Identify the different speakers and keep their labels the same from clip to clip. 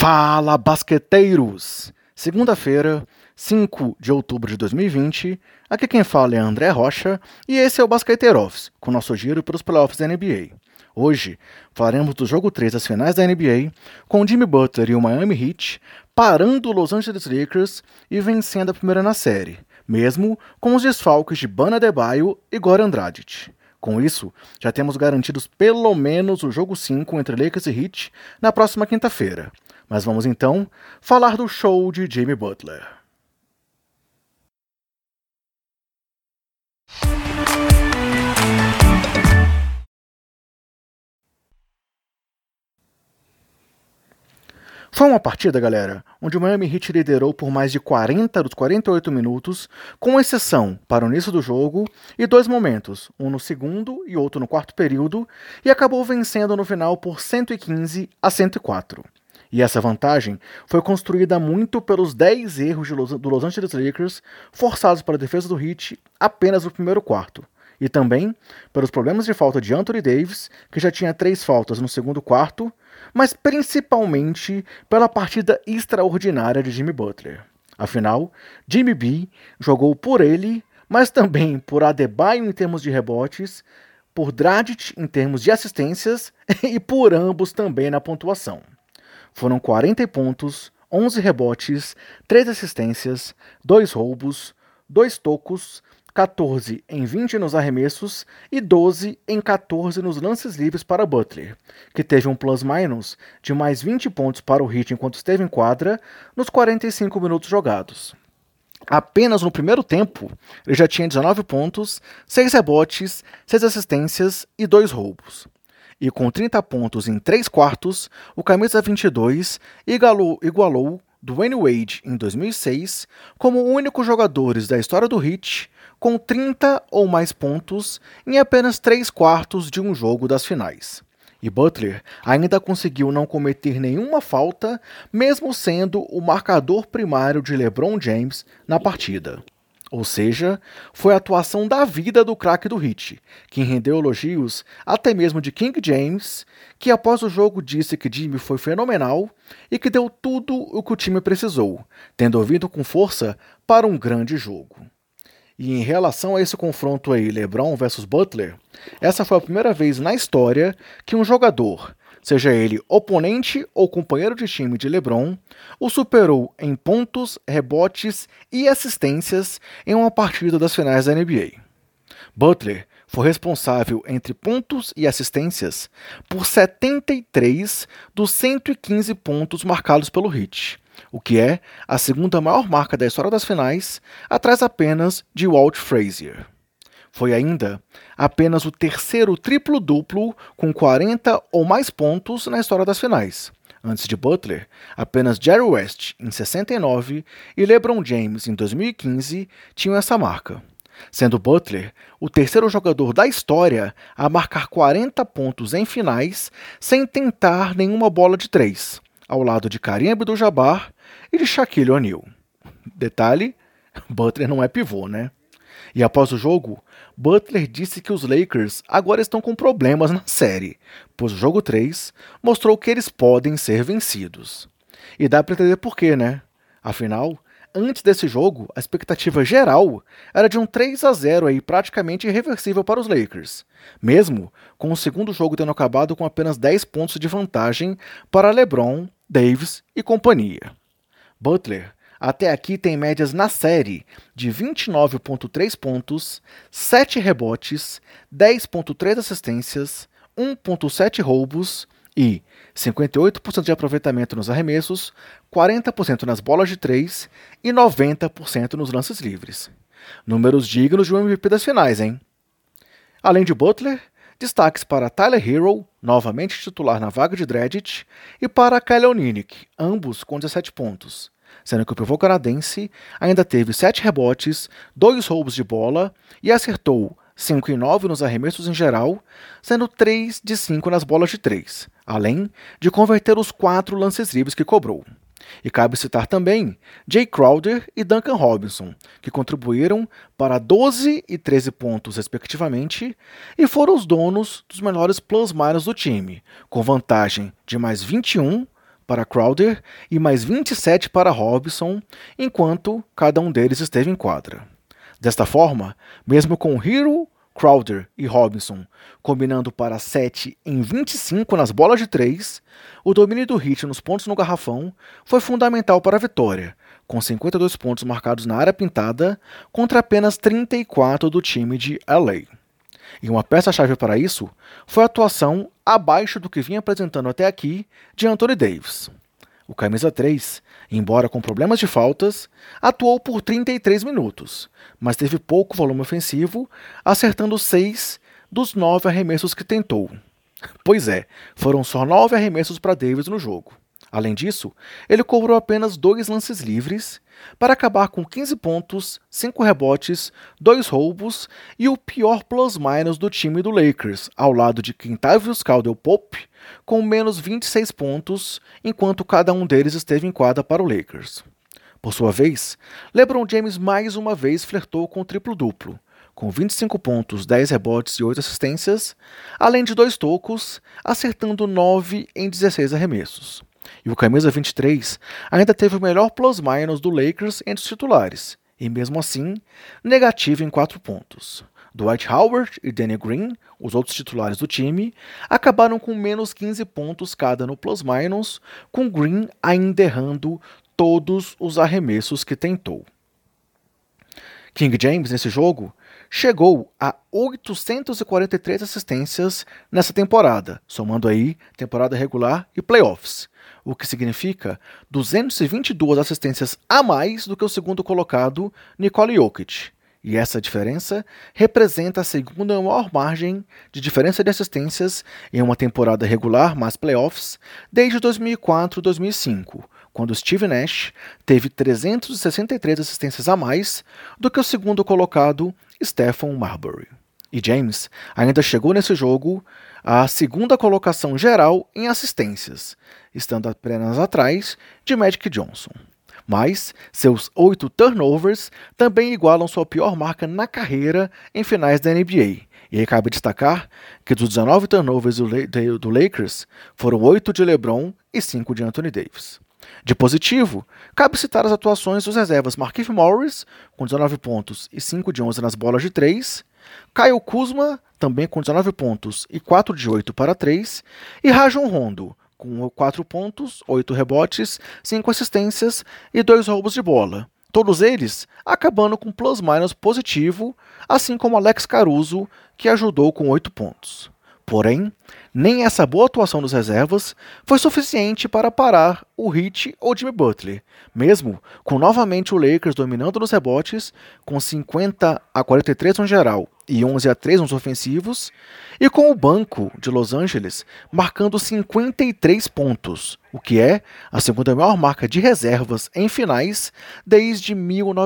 Speaker 1: Fala, basqueteiros! Segunda-feira, 5 de outubro de 2020, aqui quem fala é André Rocha e esse é o Basqueteiro Office, com nosso giro pelos playoffs da NBA. Hoje, falaremos do jogo 3 das finais da NBA, com Jimmy Butler e o Miami Heat parando o Los Angeles Lakers e vencendo a primeira na série, mesmo com os desfalques de Bam Adebayo e Goran Dragic. Com isso, já temos garantidos pelo menos o jogo 5 entre Lakers e Heat na próxima quinta-feira. Mas vamos então falar do show de Jimmy Butler. Foi uma partida, galera, onde o Miami Heat liderou por mais de 40 dos 48 minutos, com exceção para o início do jogo e dois momentos, um no segundo e outro no quarto período, e acabou vencendo no final por 115-104. E essa vantagem foi construída muito pelos 10 erros do Los Angeles Lakers forçados pela defesa do Heat apenas no primeiro quarto. E também pelos problemas de falta de Anthony Davis, que já tinha 3 faltas no segundo quarto, mas principalmente pela partida extraordinária de Jimmy Butler. Afinal, Jimmy B jogou por ele, mas também por Adebayo em termos de rebotes, por Dragic em termos de assistências e por ambos também na pontuação. Foram 40 pontos, 11 rebotes, 3 assistências, 2 roubos, 2 tocos, 14 em 20 nos arremessos e 12 em 14 nos lances livres para Butler, que teve um plus-minus de mais 20 pontos para o Heat enquanto esteve em quadra nos 45 minutos jogados. Apenas no primeiro tempo, ele já tinha 19 pontos, 6 rebotes, 6 assistências e 2 roubos. E com 30 pontos em 3 quartos, o camisa 22 igualou Dwyane Wade em 2006 como o único jogador da história do Heat com 30 ou mais pontos em apenas 3 quartos de um jogo das finais. E Butler ainda conseguiu não cometer nenhuma falta, mesmo sendo o marcador primário de LeBron James na partida. Ou seja, foi a atuação da vida do craque do Heat, que rendeu elogios até mesmo de King James, que após o jogo disse que Jimmy foi fenomenal e que deu tudo o que o time precisou, tendo vindo com força para um grande jogo. E em relação a esse confronto aí, LeBron versus Butler, essa foi a primeira vez na história que um jogador, seja ele oponente ou companheiro de time de LeBron, o superou em pontos, rebotes e assistências em uma partida das finais da NBA. Butler foi responsável entre pontos e assistências por 73 dos 115 pontos marcados pelo Heat, o que é a segunda maior marca da história das finais, atrás apenas de Walt Frazier. Foi ainda apenas o terceiro triplo-duplo com 40 ou mais pontos na história das finais. Antes de Butler, apenas Jerry West em 69 e LeBron James em 2015 tinham essa marca, sendo Butler o terceiro jogador da história a marcar 40 pontos em finais sem tentar nenhuma bola de 3, ao lado de Kareem Abdul-Jabbar e de Shaquille O'Neal. Detalhe, Butler não é pivô, né? E após o jogo, Butler disse que os Lakers agora estão com problemas na série, pois o jogo 3 mostrou que eles podem ser vencidos. E dá pra entender por quê, né? Afinal, antes desse jogo, a expectativa geral era de um 3-0 aí praticamente irreversível para os Lakers, mesmo com o segundo jogo tendo acabado com apenas 10 pontos de vantagem para LeBron, Davis e companhia. Butler até aqui tem médias na série de 29,3 pontos, 7 rebotes, 10,3 assistências, 1,7 roubos e 58% de aproveitamento nos arremessos, 40% nas bolas de 3 e 90% nos lances livres. Números dignos de um MVP das finais, hein? Além de Butler, destaques para Tyler Herro, novamente titular na vaga de Dragic, e para Kelly Olynyk, ambos com 17 pontos, sendo que o pivô canadense ainda teve 7 rebotes, 2 roubos de bola e acertou 5 e 9 nos arremessos em geral, sendo 3 de 5 nas bolas de 3, além de converter os 4 lances livres que cobrou. E cabe citar também Jay Crowder e Duncan Robinson, que contribuíram para 12 e 13 pontos respectivamente, e foram os donos dos melhores plus-minus do time, com vantagem de mais 21 para Crowder e mais 27 para Robinson, enquanto cada um deles esteve em quadra. Desta forma, mesmo com Hero, Crowder e Robinson combinando para 7 em 25 nas bolas de 3, o domínio do Heat nos pontos no garrafão foi fundamental para a vitória, com 52 pontos marcados na área pintada contra apenas 34 do time de LA. E uma peça-chave para isso foi a atuação abaixo do que vinha apresentando até aqui de Anthony Davis. O camisa 3, embora com problemas de faltas, atuou por 33 minutos, mas teve pouco volume ofensivo, acertando 6 dos 9 arremessos que tentou. Pois é, foram só 9 arremessos para Davis no jogo. Além disso, ele cobrou apenas 2 lances livres, para acabar com 15 pontos, 5 rebotes, 2 roubos e o pior plus-minus do time do Lakers, ao lado de Kentavious Caldwell-Pope, com menos 26 pontos, enquanto cada um deles esteve em quadra para o Lakers. Por sua vez, LeBron James mais uma vez flertou com o triplo-duplo, com 25 pontos, 10 rebotes e 8 assistências, além de 2 tocos, acertando 9 em 16 arremessos. E o camisa 23 ainda teve o melhor plus-minus do Lakers entre os titulares, e mesmo assim, negativo em 4 pontos. Dwight Howard e Danny Green, os outros titulares do time, acabaram com menos 15 pontos cada no plus-minus, com Green ainda errando todos os arremessos que tentou. King James, nesse jogo, chegou a 843 assistências nessa temporada, somando aí temporada regular e playoffs, o que significa 222 assistências a mais do que o segundo colocado, Nikola Jokic. E essa diferença representa a segunda maior margem de diferença de assistências em uma temporada regular mais playoffs desde 2004-2005, quando Steve Nash teve 363 assistências a mais do que o segundo colocado, Stephon Marbury. E James ainda chegou nesse jogo à segunda colocação geral em assistências, estando apenas atrás de Magic Johnson. Mas seus 8 turnovers também igualam sua pior marca na carreira em finais da NBA. E aí cabe destacar que dos 19 turnovers do Lakers, foram 8 de LeBron e 5 de Anthony Davis. De positivo, cabe citar as atuações dos reservas Markieff Morris, com 19 pontos e 5 de 11 nas bolas de 3, Kyle Kuzma, também com 19 pontos e 4 de 8 para 3, e Rajon Rondo, com 4 pontos, 8 rebotes, 5 assistências e 2 roubos de bola. Todos eles acabando com plus-minus positivo, assim como Alex Caruso, que ajudou com 8 pontos. Porém, nem essa boa atuação dos reservas foi suficiente para parar o Heat ou Jimmy Butler, mesmo com novamente o Lakers dominando nos rebotes, com 50-43 no geral e 11-3 nos ofensivos, e com o banco de Los Angeles marcando 53 pontos, o que é a segunda maior marca de reservas em finais desde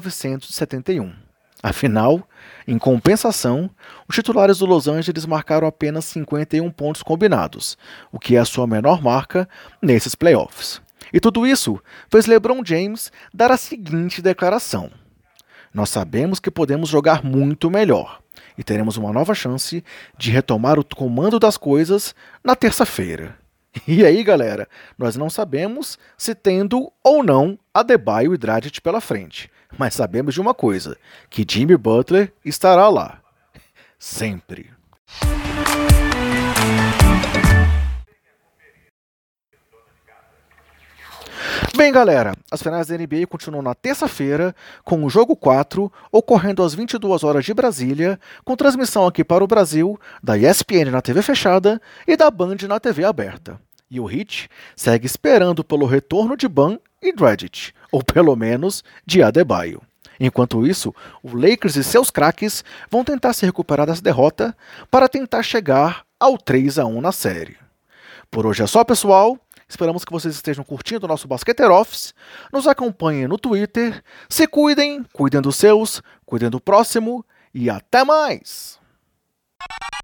Speaker 1: 1971. Afinal, em compensação, os titulares do Los Angeles marcaram apenas 51 pontos combinados, o que é a sua menor marca nesses playoffs. E tudo isso fez LeBron James dar a seguinte declaração: "Nós sabemos que podemos jogar muito melhor e teremos uma nova chance de retomar o comando das coisas na terça-feira." E aí, galera, nós não sabemos se tendo ou não Adebayo e Dragic pela frente, mas sabemos de uma coisa, que Jimmy Butler estará lá. Sempre. Bem, galera, as finais da NBA continuam na terça-feira, com o jogo 4 ocorrendo às 22 horas de Brasília, com transmissão aqui para o Brasil, da ESPN na TV fechada e da Band na TV aberta. E o Heat segue esperando pelo retorno de Bam e Dragic, ou pelo menos de Adebayo. Enquanto isso, o Lakers e seus craques vão tentar se recuperar dessa derrota para tentar chegar ao 3-1 na série. Por hoje é só, pessoal. Esperamos que vocês estejam curtindo o nosso Basqueteiro Office. Nos acompanhem no Twitter. Se cuidem, cuidem dos seus, cuidem do próximo e até mais!